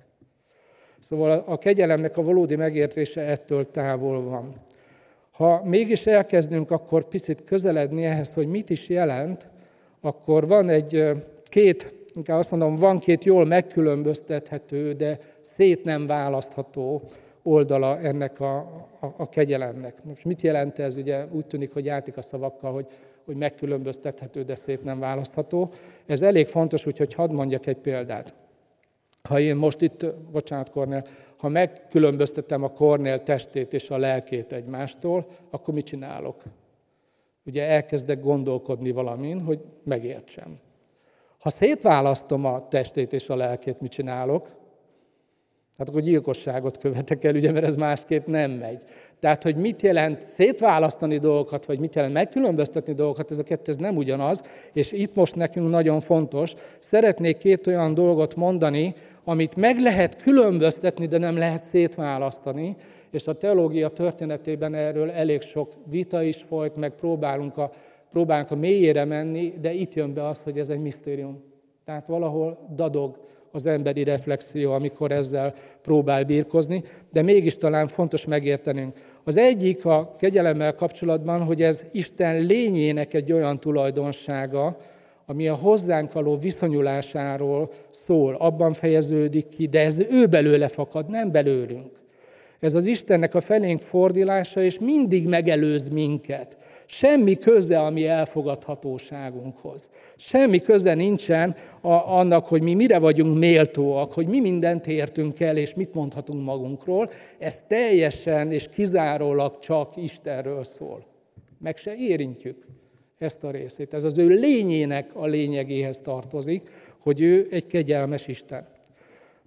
Szóval a kegyelemnek a valódi megértése ettől távol van. Ha mégis elkezdünk akkor picit közeledni ehhez, hogy mit is jelent, akkor van egy két, inkább azt mondom, van két jól megkülönböztethető, de szét nem választható oldala ennek a, a, a kegyelemnek. Most mit jelent ez? Ugye úgy tűnik, hogy játék a szavakkal, hogy, hogy megkülönböztethető, de szét nem választható. Ez elég fontos, úgyhogy hadd mondjak egy példát. Ha én most itt, bocsánat Kornél, ha megkülönböztetem a Kornél testét és a lelkét egymástól, akkor mit csinálok? Ugye elkezdek gondolkodni valamin, hogy megértsem. Ha szétválasztom a testét és a lelkét, mit csinálok? Hát akkor gyilkosságot követek el, ugye, mert ez másképp nem megy. Tehát, hogy mit jelent szétválasztani dolgokat, vagy mit jelent megkülönböztetni dolgokat, ez a kettő ez nem ugyanaz, és itt most nekünk nagyon fontos. Szeretnék két olyan dolgot mondani, amit meg lehet különböztetni, de nem lehet szétválasztani, és a teológia történetében erről elég sok vita is folyt, meg próbálunk a, próbálunk a mélyére menni, de itt jön be az, hogy ez egy misztérium. Tehát valahol dadog az emberi reflexió, amikor ezzel próbál birkozni, de mégis talán fontos megértenünk. Az egyik a kegyelemmel kapcsolatban, hogy ez Isten lényének egy olyan tulajdonsága, ami a hozzánk való viszonyulásáról szól, abban fejeződik ki, de ez ő belőle fakad, nem belőlünk. Ez az Istennek a felénk fordulása, és mindig megelőz minket. Semmi köze a mi elfogadhatóságunkhoz. Semmi köze nincsen a, annak, hogy mi mire vagyunk méltóak, hogy mi mindent értünk el, és mit mondhatunk magunkról. Ez teljesen és kizárólag csak Istenről szól. Meg se érintjük ezt a részét. Ez az ő lényének a lényegéhez tartozik, hogy ő egy kegyelmes Isten.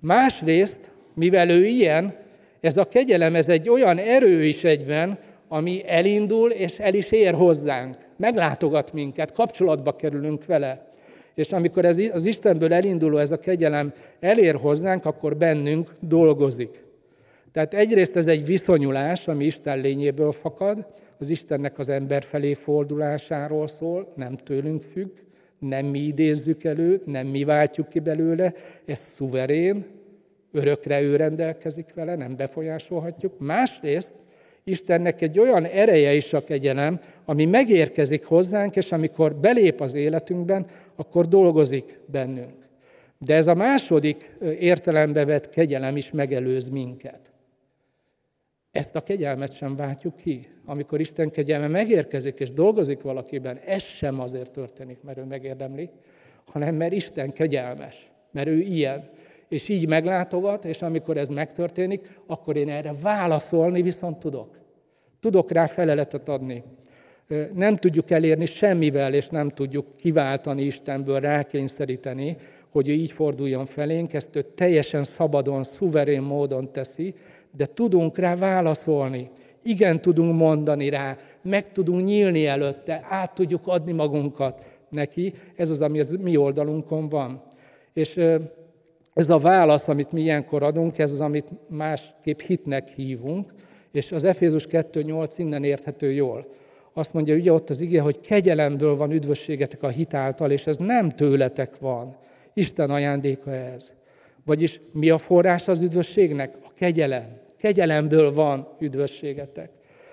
Másrészt, mivel ő ilyen, ez a kegyelem, ez egy olyan erő is egyben, ami elindul és el is ér hozzánk, meglátogat minket, kapcsolatba kerülünk vele. És amikor ez az Istenből elinduló ez a kegyelem elér hozzánk, akkor bennünk dolgozik. Tehát egyrészt ez egy viszonyulás, ami Isten lényéből fakad, az Istennek az ember felé fordulásáról szól, nem tőlünk függ, nem mi idézzük elő, nem mi váltjuk ki belőle, ez szuverén, örökre ő rendelkezik vele, nem befolyásolhatjuk. Másrészt Istennek egy olyan ereje is a kegyelem, ami megérkezik hozzánk, és amikor belép az életünkben, akkor dolgozik bennünk. De ez a második értelembe vett kegyelem is megelőz minket. Ezt a kegyelmet sem váltjuk ki. Amikor Isten kegyelme megérkezik és dolgozik valakiben, ez sem azért történik, mert ő megérdemli, hanem mert Isten kegyelmes, mert ő ilyen. És így meglátogat, és amikor ez megtörténik, akkor én erre válaszolni viszont tudok. Tudok rá feleletet adni. Nem tudjuk elérni semmivel, és nem tudjuk kiváltani Istenből, rákényszeríteni, hogy ő így forduljon felénk, ezt ő teljesen szabadon, szuverén módon teszi, de tudunk rá válaszolni. Igen tudunk mondani rá, meg tudunk nyílni előtte, át tudjuk adni magunkat neki. Ez az, ami az mi oldalunkon van. És ez a válasz, amit mi ilyenkor adunk, ez az, amit másképp hitnek hívunk, és az Efézus kettő nyolc innen érthető jól. Azt mondja, ugye ott az ige, hogy kegyelemből van üdvösségetek a hit által, és ez nem tőletek van. Isten ajándéka ez. Vagyis mi a forrás az üdvösségnek? A kegyelem. Kegyelemből van üdvösségetek.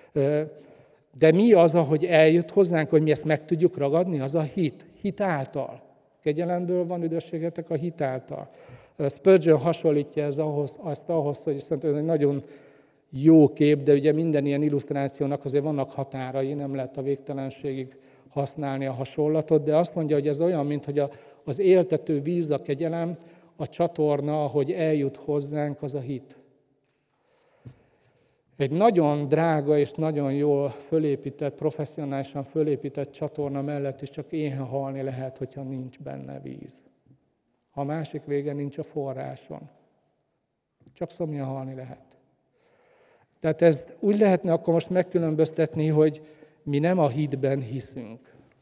De mi az, ahogy eljött hozzánk, hogy mi ezt meg tudjuk ragadni? Az a hit. Hit által. Kegyelemből van üdvösségetek a hit által. Spurgeon hasonlítja ez ahhoz, azt ahhoz, hogy szerintem egy nagyon jó kép, de ugye minden ilyen illusztrációnak azért vannak határai, nem lehet a végtelenségig használni a hasonlatot, de azt mondja, hogy ez olyan, mint hogy az éltető víz, a kegyelem, a csatorna, ahogy eljut hozzánk, az a hit. Egy nagyon drága és nagyon jól fölépített, professzionálisan fölépített csatorna mellett is csak éhen halni lehet, hogyha nincs benne víz. Ha a másik vége nincs a forráson. Csak szomjan halni lehet. Tehát ezt úgy lehetne akkor most megkülönböztetni, hogy mi nem a hitben hiszünk.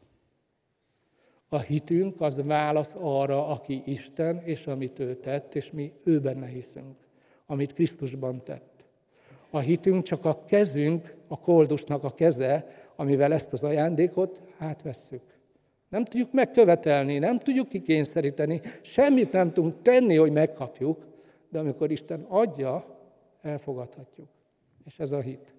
A hitünk az válasz arra, aki Isten, és amit ő tett, és mi ő benne hiszünk, amit Krisztusban tett. A hitünk csak a kezünk, a koldusnak a keze, amivel ezt az ajándékot átvesszük. Nem tudjuk megkövetelni, nem tudjuk kikényszeríteni, semmit nem tudunk tenni, hogy megkapjuk, de amikor Isten adja, elfogadhatjuk. És ez a hit.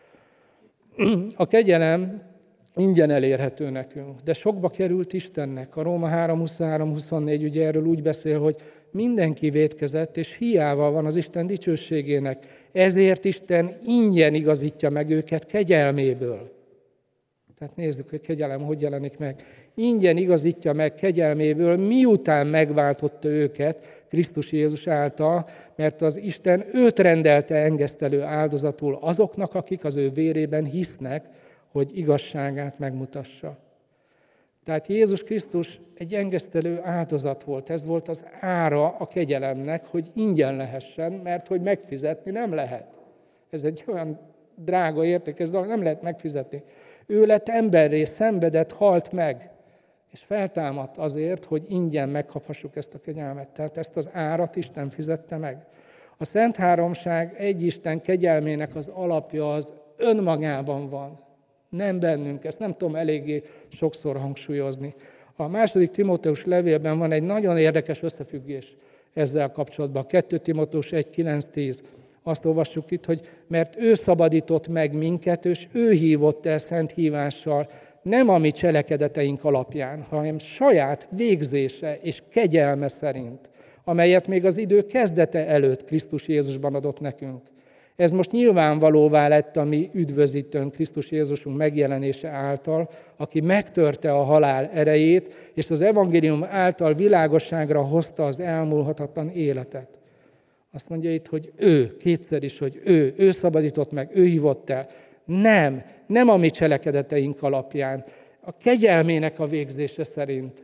A kegyelem ingyen elérhető nekünk, de sokba került Istennek. A Róma három huszonhárom huszonnégy ugye erről úgy beszél, hogy mindenki vétkezett, és hiába van az Isten dicsőségének. Ezért Isten ingyen igazítja meg őket kegyelméből. Tehát nézzük, hogy kegyelem hogy jelenik meg. Ingyen igazítja meg kegyelméből, miután megváltotta őket Krisztus Jézus által, mert az Isten őt rendelte engesztelő áldozatul azoknak, akik az ő vérében hisznek, hogy igazságát megmutassa. Tehát Jézus Krisztus egy engesztelő áldozat volt. Ez volt az ára a kegyelemnek, hogy ingyen lehessen, mert hogy megfizetni nem lehet. Ez egy olyan drága, értékes dolog, nem lehet megfizetni. Ő lett emberré, szenvedett, halt meg, és feltámadt azért, hogy ingyen megkaphassuk ezt a kegyelmet. Tehát ezt az árat Isten fizette meg. A Szent Háromság egy Isten kegyelmének az alapja az önmagában van. Nem bennünk, ezt nem tudom eléggé sokszor hangsúlyozni. A második Timóteus levélben van egy nagyon érdekes összefüggés ezzel kapcsolatban. kettő Timóteus egy kilenc tíz. Azt olvassuk itt, hogy mert ő szabadított meg minket, és ő hívott el szent hívással, nem a mi cselekedeteink alapján, hanem saját végzése és kegyelme szerint, amelyet még az idő kezdete előtt Krisztus Jézusban adott nekünk. Ez most nyilvánvalóvá lett a mi üdvözítőnk Krisztus Jézusunk megjelenése által, aki megtörte a halál erejét, és az evangélium által világosságra hozta az elmúlhatatlan életet. Azt mondja itt, hogy ő, kétszer is, hogy ő, ő szabadított meg, ő hívott el. Nem, nem a mi cselekedeteink alapján, a kegyelmének a végzése szerint.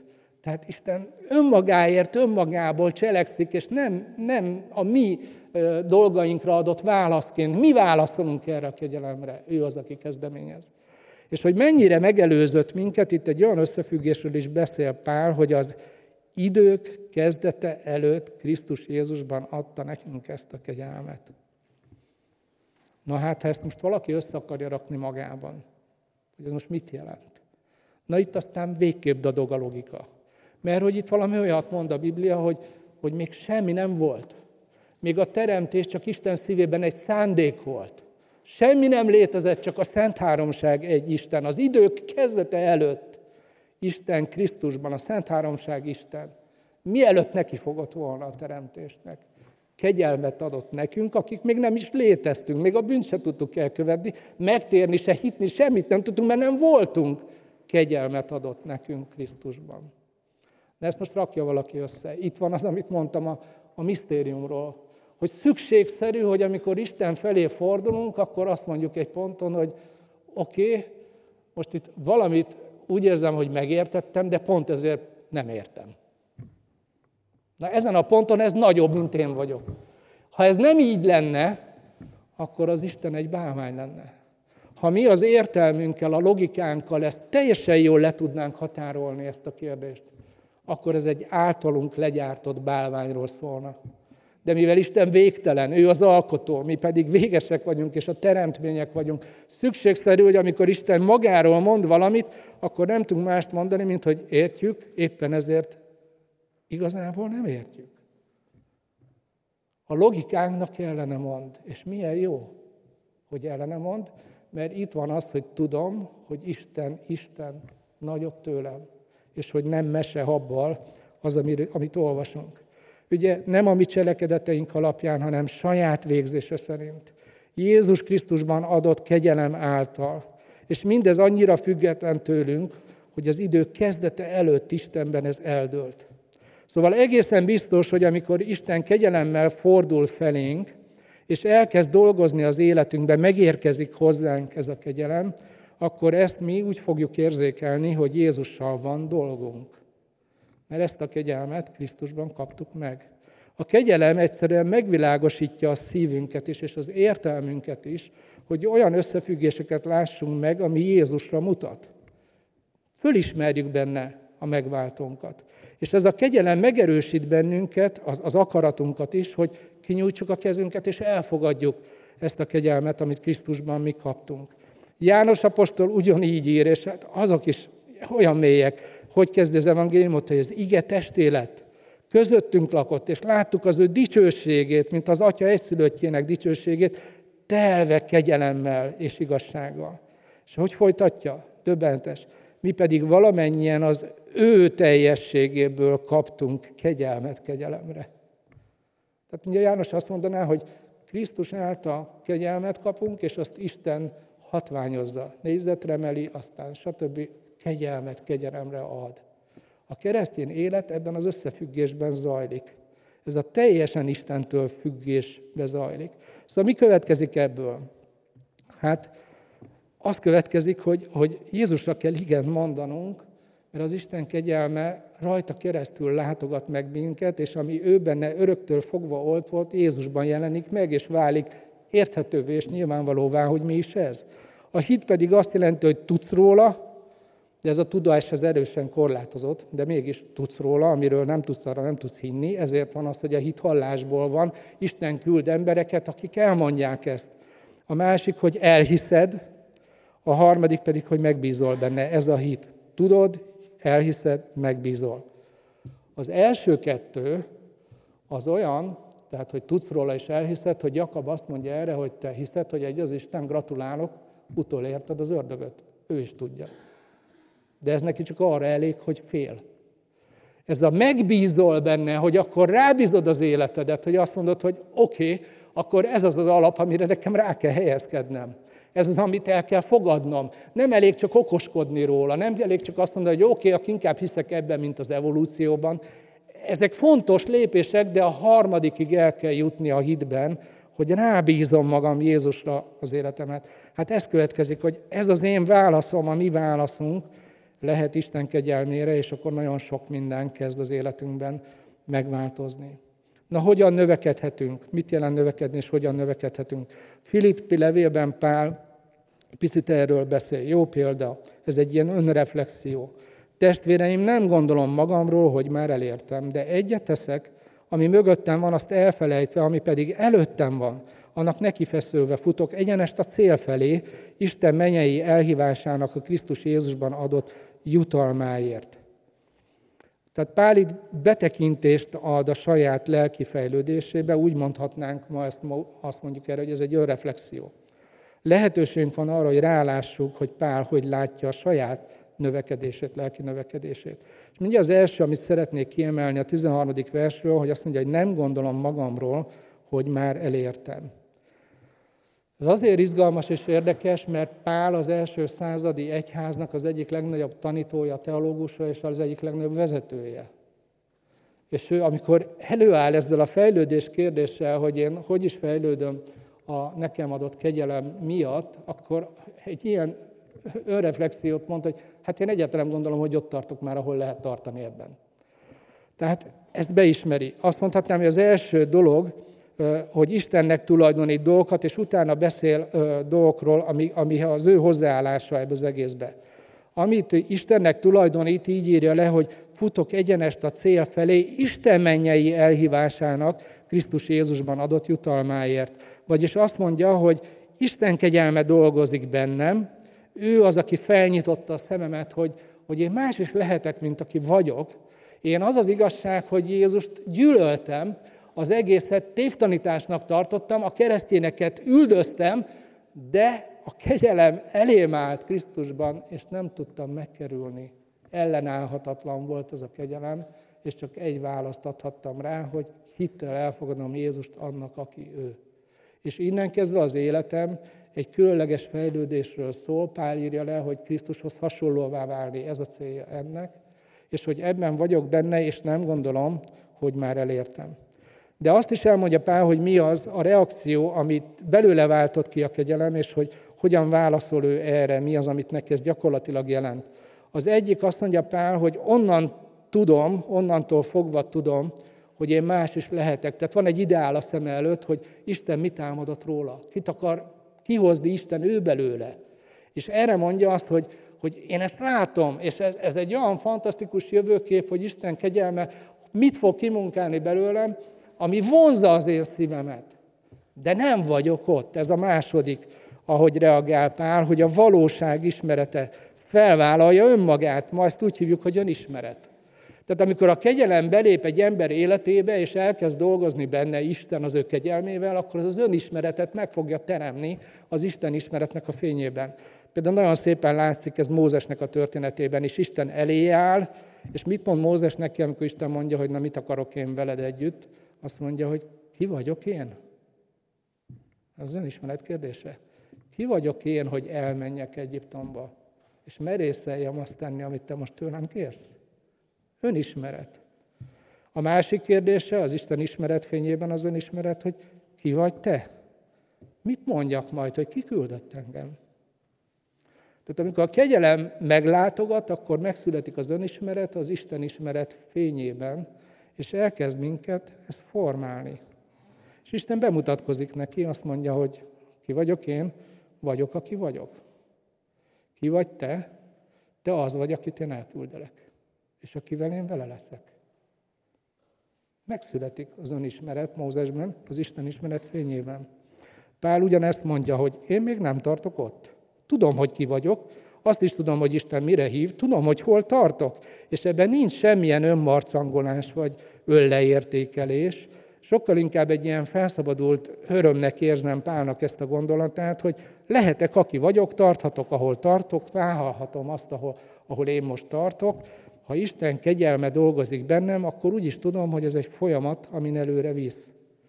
Tehát Isten önmagáért, önmagából cselekszik, és nem, nem a mi dolgainkra adott válaszként. Mi válaszolunk erre a kegyelemre, ő az, aki kezdeményez. És hogy mennyire megelőzött minket, itt egy olyan összefüggésről is beszél Pál, hogy az idők kezdete előtt Krisztus Jézusban adta nekünk ezt a kegyelmet. Na hát, ha ezt most valaki össze akarja rakni magában, hogy ez most mit jelent? Na itt aztán végképp dadog a logika. Mert hogy itt valami olyat mond a Biblia, hogy, hogy még semmi nem volt. Még a teremtés csak Isten szívében egy szándék volt. Semmi nem létezett, csak a Szent Háromság egy Isten. Az idők kezdete előtt Isten Krisztusban, a Szent Háromság Isten. Mielőtt neki fogott volna a teremtésnek. Kegyelmet adott nekünk, akik még nem is léteztünk, még a bűnt se tudtuk elkövetni, megtérni se, hitni, semmit nem tudtunk, mert nem voltunk. Kegyelmet adott nekünk Krisztusban. De ezt most rakja valaki össze. Itt van az, amit mondtam a, a misztériumról, hogy szükségszerű, hogy amikor Isten felé fordulunk, akkor azt mondjuk egy ponton, hogy oké, okay, most itt valamit úgy érzem, hogy megértettem, de pont ezért nem értem. Na ezen a ponton ez nagyobb, mint én vagyok. Ha ez nem így lenne, akkor az Isten egy bálvány lenne. Ha mi az értelmünkkel, a logikánkkal ezt teljesen jól le tudnánk határolni ezt a kérdést, akkor ez egy általunk legyártott bálványról szólna. De mivel Isten végtelen, ő az alkotó, mi pedig végesek vagyunk, és a teremtmények vagyunk, szükségszerű, hogy amikor Isten magáról mond valamit, akkor nem tudunk mást mondani, mint hogy értjük, éppen ezért igazából nem értjük. A logikánknak ellene mond, és milyen jó, hogy ellene mond, mert itt van az, hogy tudom, hogy Isten, Isten nagyobb tőlem, és hogy nem mesehabbal az, amit olvasunk. Ugye nem a mi cselekedeteink alapján, hanem saját végzése szerint. Jézus Krisztusban adott kegyelem által. És mindez annyira független tőlünk, hogy az idő kezdete előtt Istenben ez eldőlt. Szóval egészen biztos, hogy amikor Isten kegyelemmel fordul felénk, és elkezd dolgozni az életünkben, megérkezik hozzánk ez a kegyelem, akkor ezt mi úgy fogjuk érzékelni, hogy Jézussal van dolgunk. Mert ezt a kegyelmet Krisztusban kaptuk meg. A kegyelem egyszerűen megvilágosítja a szívünket is, és az értelmünket is, hogy olyan összefüggéseket lássunk meg, ami Jézusra mutat. Fölismerjük benne a megváltónkat. És ez a kegyelem megerősít bennünket, az, az akaratunkat is, hogy kinyújtsuk a kezünket, és elfogadjuk ezt a kegyelmet, amit Krisztusban mi kaptunk. János apostol ugyanígy ír, és hát azok is olyan mélyek, hogy kezd az evangéliumot, hogy az ige testé lett, közöttünk lakott, és láttuk az ő dicsőségét, mint az Atya egyszülöttjének dicsőségét, telve kegyelemmel és igazsággal. És hogy folytatja? Döbbentes. Mi pedig valamennyien az ő teljességéből kaptunk kegyelmet kegyelemre. Tehát ugye János azt mondaná, hogy Krisztus által kegyelmet kapunk, és azt Isten hatványozza, négyzetre emeli, aztán stb. Kegyelmet kegyelemre ad. A keresztény élet ebben az összefüggésben zajlik. Ez a teljesen Istentől függésbe zajlik. Szóval mi következik ebből? Hát az következik, hogy, hogy Jézusra kell igen mondanunk, mert az Isten kegyelme rajta keresztül látogat meg minket, és ami ő benne öröktől fogva olt volt, Jézusban jelenik meg, és válik érthetővé és nyilvánvalóvá, hogy mi is ez. A hit pedig azt jelenti, hogy tudsz róla, de ez a tudás az erősen korlátozott, de mégis tudsz róla, amiről nem tudsz, arra nem tudsz hinni, ezért van az, hogy a hit hallásból van. Isten küld embereket, akik elmondják ezt. A másik, hogy elhiszed, a harmadik pedig, hogy megbízol benne. Ez a hit. Tudod, elhiszed, megbízol. Az első kettő az olyan, tehát, hogy tudsz róla és elhiszed, hogy Jakab azt mondja erre, hogy te hiszed, hogy egy az Isten, gratulálok, utolérted az ördögöt. Ő is tudja. De ez neki csak arra elég, hogy fél. Ez a megbízol benne, hogy akkor rábízod az életedet, hogy azt mondod, hogy oké, okay, akkor ez az az alap, amire nekem rá kell helyezkednem. Ez az, amit el kell fogadnom. Nem elég csak okoskodni róla, nem elég csak azt mondani, hogy oké, okay, inkább hiszek ebben, mint az evolúcióban. Ezek fontos lépések, de a harmadikig el kell jutni a hitben, hogy rábízom magam Jézusra az életemet. Hát ez következik, hogy ez az én válaszom, a mi válaszunk, lehet Isten kegyelmére, és akkor nagyon sok minden kezd az életünkben megváltozni. Na, hogyan növekedhetünk? Mit jelent növekedni, és hogyan növekedhetünk? Filippi levélben Pál picit erről beszél. Jó példa, ez egy ilyen önreflexió. Testvéreim, nem gondolom magamról, hogy már elértem, de egyet teszek, ami mögöttem van, azt elfelejtve, ami pedig előttem van, annak nekifeszülve futok egyenest a cél felé, Isten mennyei elhívásának a Krisztus Jézusban adott jutalmáért. Tehát Pál itt betekintést ad a saját lelki fejlődésébe, úgy mondhatnánk ma ezt, azt mondjuk erre, hogy ez egy önreflexió. Lehetőségünk van arra, hogy rálássuk, hogy Pál hogy látja a saját növekedését, lelki növekedését. És mindjárt az első, amit szeretnék kiemelni a tizenharmadik versről, hogy azt mondja, hogy nem gondolom magamról, hogy már elértem. Ez azért izgalmas és érdekes, mert Pál az első századi egyháznak az egyik legnagyobb tanítója, teológusa és az egyik legnagyobb vezetője. És ő, amikor előáll ezzel a fejlődés kérdéssel, hogy én hogy is fejlődöm a nekem adott kegyelem miatt, akkor egy ilyen önreflexiót mond, hogy hát én egyáltalán gondolom, hogy ott tartok már, ahol lehet tartani ebben. Tehát ezt beismeri. Azt mondhatnám, hogy az első dolog, hogy Istennek tulajdonít dolgokat, és utána beszél dolgokról, ami, ami az ő hozzáállása ebbe az egészbe. Amit Istennek tulajdonít, így írja le, hogy futok egyenest a cél felé, Isten mennyei elhívásának Krisztus Jézusban adott jutalmáért. Vagyis azt mondja, hogy Isten kegyelme dolgozik bennem, ő az, aki felnyitotta a szememet, hogy, hogy én más is lehetek, mint aki vagyok. Én az az igazság, hogy Jézust gyűlöltem, az egészet tévtanításnak tartottam, a keresztényeket üldöztem, de a kegyelem elém állt Krisztusban, és nem tudtam megkerülni. Ellenállhatatlan volt az a kegyelem, és csak egy választ adhattam rá, hogy hittel elfogadom Jézust annak, aki ő. És innen kezdve az életem egy különleges fejlődésről szól. Pál írja le, hogy Krisztushoz hasonlóvá válni, ez a célja ennek, és hogy ebben vagyok benne, és nem gondolom, hogy már elértem. De azt is elmondja Pál, hogy mi az a reakció, amit belőle váltott ki a kegyelem, és hogy hogyan válaszol ő erre, mi az, amit neki ez gyakorlatilag jelent. Az egyik azt mondja Pál, hogy onnan tudom, onnantól fogva tudom, hogy én más is lehetek. Tehát van egy ideál a szem előtt, hogy Isten mit álmodott róla. Kit akar kihozni Isten ő belőle. És erre mondja azt, hogy, hogy én ezt látom, és ez, ez egy olyan fantasztikus jövőkép, hogy Isten kegyelme mit fog kimunkálni belőlem, ami vonzza az én szívemet. De nem vagyok ott. Ez a második, ahogy reagál Pál, hogy a valóság ismerete felvállalja önmagát. Ma ezt úgy hívjuk, hogy önismeret. Tehát amikor a kegyelem belép egy ember életébe, és elkezd dolgozni benne Isten az ő kegyelmével, akkor az az önismeretet meg fogja teremni az Isten ismeretnek a fényében. Például nagyon szépen látszik ez Mózesnek a történetében is. Isten elé áll, és mit mond Mózes neki, amikor Isten mondja, hogy na mit akarok én veled együtt? Azt mondja, hogy ki vagyok én? Ez az önismeret kérdése. Ki vagyok én, hogy elmenjek Egyiptomba, és merészeljem azt tenni, amit te most tőlem kérsz? Önismeret. A másik kérdése, az Isten ismeret fényében az önismeret, hogy ki vagy te? Mit mondjak majd, hogy ki küldött engem? Tehát amikor a kegyelem meglátogat, akkor megszületik az önismeret az Isten ismeret fényében, és elkezd minket ezt formálni. És Isten bemutatkozik neki, azt mondja, hogy ki vagyok én, vagyok, aki vagyok. Ki vagy te? Te az vagy, akit én elküldelek. És akivel én vele leszek. Megszületik az önismeret Mózesben, az Isten ismeret fényében. Pál ugyanezt mondja, hogy én még nem tartok ott. Tudom, hogy ki vagyok, azt is tudom, hogy Isten mire hív, tudom, hogy hol tartok. És ebben nincs semmilyen önmarcangolás vagy önleértékelés. Sokkal inkább egy ilyen felszabadult örömnek érzem Pálnak ezt a gondolatát, hogy lehetek, aki vagyok, tarthatok, ahol tartok, vállalhatom azt, ahol, ahol én most tartok. Ha Isten kegyelme dolgozik bennem, akkor úgy is tudom, hogy ez egy folyamat, amin előre visz.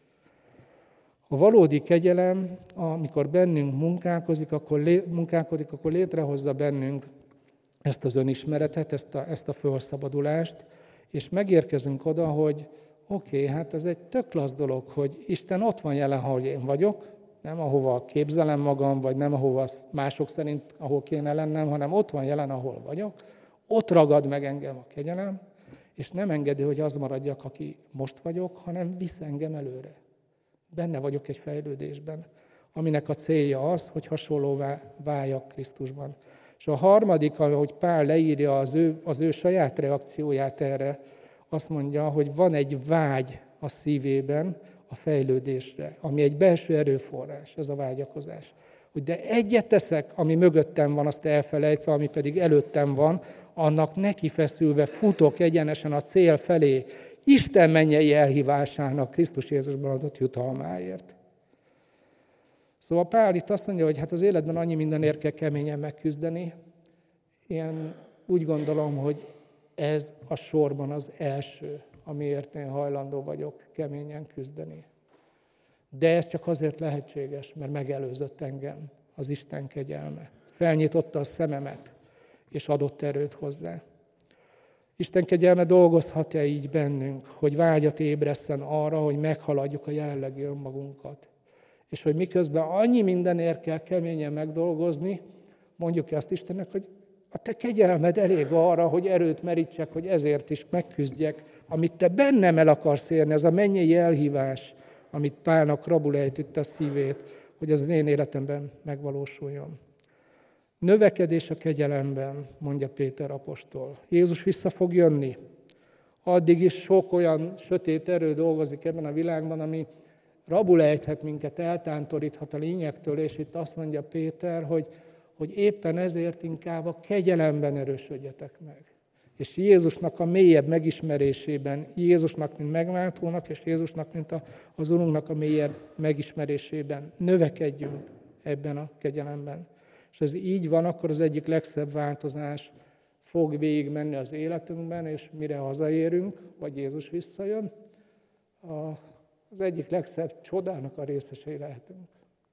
A valódi kegyelem, amikor bennünk munkálkodik, akkor, lé, munkálkodik, akkor létrehozza bennünk ezt az önismeretet, ezt a, ezt a felszabadulást, és megérkezünk oda, hogy oké, okay, hát ez egy tök klassz dolog, hogy Isten ott van jelen, ahol én vagyok, nem ahova képzelem magam, vagy nem ahova mások szerint, ahol kéne lennem, hanem ott van jelen, ahol vagyok. Ott ragad meg engem a kegyelem, és nem engedi, hogy az maradjak, aki most vagyok, hanem visz engem előre. Benne vagyok egy fejlődésben, aminek a célja az, hogy hasonlóvá váljak Krisztusban. És a harmadik, ahogy Pál leírja az ő, az ő saját reakcióját erre, azt mondja, hogy van egy vágy a szívében a fejlődésre, ami egy belső erőforrás, ez a vágyakozás. Hogy de egyet teszek, ami mögöttem van, azt elfelejtve, ami pedig előttem van, annak neki feszülve futok egyenesen a cél felé, Isten mennyei elhívásának Krisztus Jézusban adott jutalmáért. Szóval Pál itt azt mondja, hogy hát az életben annyi mindenért kell keményen megküzdeni. Én úgy gondolom, hogy ez a sorban az első, amiért én hajlandó vagyok keményen küzdeni. De ez csak azért lehetséges, mert megelőzött engem az Isten kegyelme. Felnyitotta a szememet, és adott erőt hozzá. Isten kegyelme dolgozhat-e így bennünk, hogy vágyat ébresszen arra, hogy meghaladjuk a jelenlegi önmagunkat. És hogy miközben annyi mindenért kell keményen megdolgozni, mondjuk azt Istennek, hogy a te kegyelmed elég arra, hogy erőt merítsek, hogy ezért is megküzdjek, amit te bennem el akarsz érni, az a mennyei elhívás, amit Pálnak rabul ejtette a szívét, hogy az az én életemben megvalósuljon. Növekedés a kegyelemben, mondja Péter apostol. Jézus vissza fog jönni. Addig is sok olyan sötét erő dolgozik ebben a világban, ami rabul ejthet minket, eltántoríthat a lényektől, és itt azt mondja Péter, hogy, hogy éppen ezért inkább a kegyelemben erősödjetek meg. És Jézusnak a mélyebb megismerésében, Jézusnak, mint megváltónak, és Jézusnak, mint a, az Urunknak a mélyebb megismerésében növekedjünk ebben a kegyelemben. És ez így van, akkor az egyik legszebb változás fog végigmenni az életünkben, és mire hazaérünk, vagy Jézus visszajön, az egyik legszebb csodának a részesei lehetünk.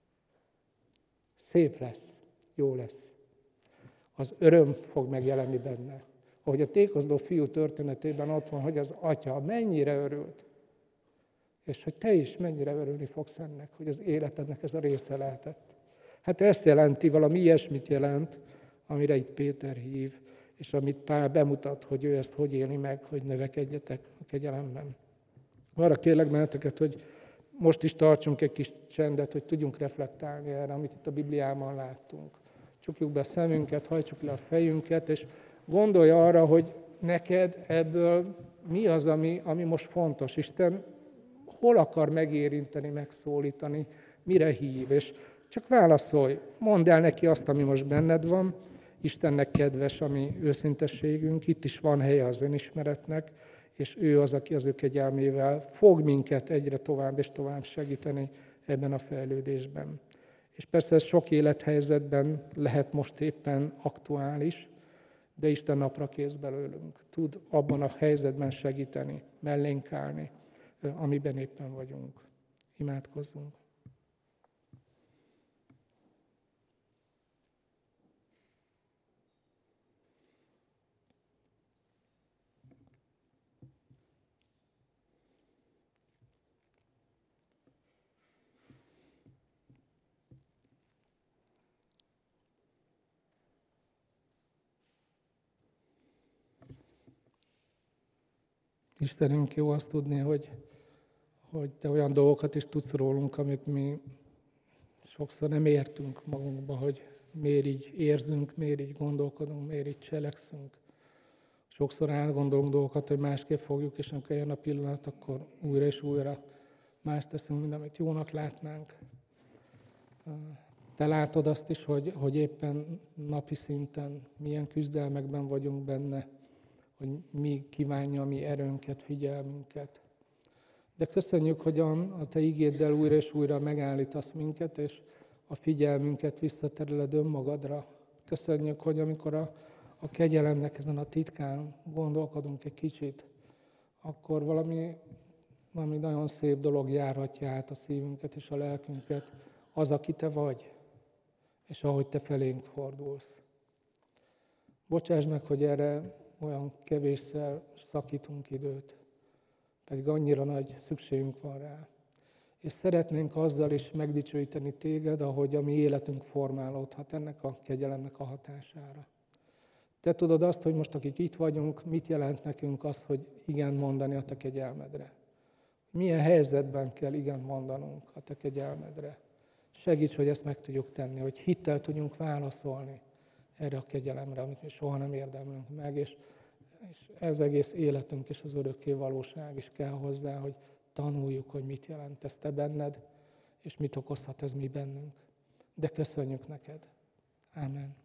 Szép lesz, jó lesz. Az öröm fog megjelenni benne. Ahogy a tékozló fiú történetében ott van, hogy az atya mennyire örült, és hogy te is mennyire örülni fogsz ennek, hogy az életednek ez a része lehetett. Hát ezt jelenti, valami ilyesmit jelent, amire itt Péter hív, és amit Pál bemutat, hogy ő ezt hogy éli meg, hogy növekedjetek a kegyelemben. Arra kérlek benneteket, hogy most is tartsunk egy kis csendet, hogy tudjunk reflektálni erre, amit itt a Bibliában láttunk. Csukjuk be a szemünket, hajtsuk le a fejünket, és gondolj arra, hogy neked ebből mi az, ami, ami most fontos. Isten hol akar megérinteni, megszólítani, mire hív, és csak válaszolj, mondd el neki azt, ami most benned van, Istennek kedves a mi őszintességünk, itt is van helye az önismeretnek, és ő az, aki az ő kegyelmével fog minket egyre tovább és tovább segíteni ebben a fejlődésben. És persze ez sok élethelyzetben lehet most éppen aktuális, de Isten napra kész belőlünk. Tud abban a helyzetben segíteni, mellénk állni, amiben éppen vagyunk. Imádkozzunk. Istenünk, jó azt tudni, hogy, hogy te olyan dolgokat is tudsz rólunk, amit mi sokszor nem értünk magunkba, hogy miért így érzünk, miért így gondolkodunk, miért így cselekszünk. Sokszor átgondolunk dolgokat, hogy másképp fogjuk, és amikor jön a pillanat, akkor újra és újra más teszünk, mint amit jónak látnánk. Te látod azt is, hogy, hogy éppen napi szinten milyen küzdelmekben vagyunk benne, hogy mi kívánja a mi erőnket, figyelmünket. De köszönjük, hogy a te igéddel újra és újra megállítasz minket, és a figyelmünket visszatereled önmagadra. Köszönjük, hogy amikor a, a kegyelemnek ezen a titkán gondolkodunk egy kicsit, akkor valami, valami nagyon szép dolog járhatja át a szívünket és a lelkünket, az, aki te vagy, és ahogy te felénk fordulsz. Bocsáss meg, hogy erre olyan kevésszer szakítunk időt, pedig annyira nagy szükségünk van rá. És szeretnénk azzal is megdicsőíteni téged, ahogy a mi életünk formálódhat ennek a kegyelemnek a hatására. Te tudod azt, hogy most akik itt vagyunk, mit jelent nekünk az, hogy igen mondani a te kegyelmedre. Milyen helyzetben kell igen mondanunk a te kegyelmedre. Segíts, hogy ezt meg tudjuk tenni, hogy hittel tudjunk válaszolni erre a kegyelemre, amit mi soha nem érdemlünk meg, és, és ez egész életünk és az örökké valóság is kell hozzá, hogy tanuljuk, hogy mit jelent ez te benned, és mit okozhat ez mi bennünk. De köszönjük neked. Ámen.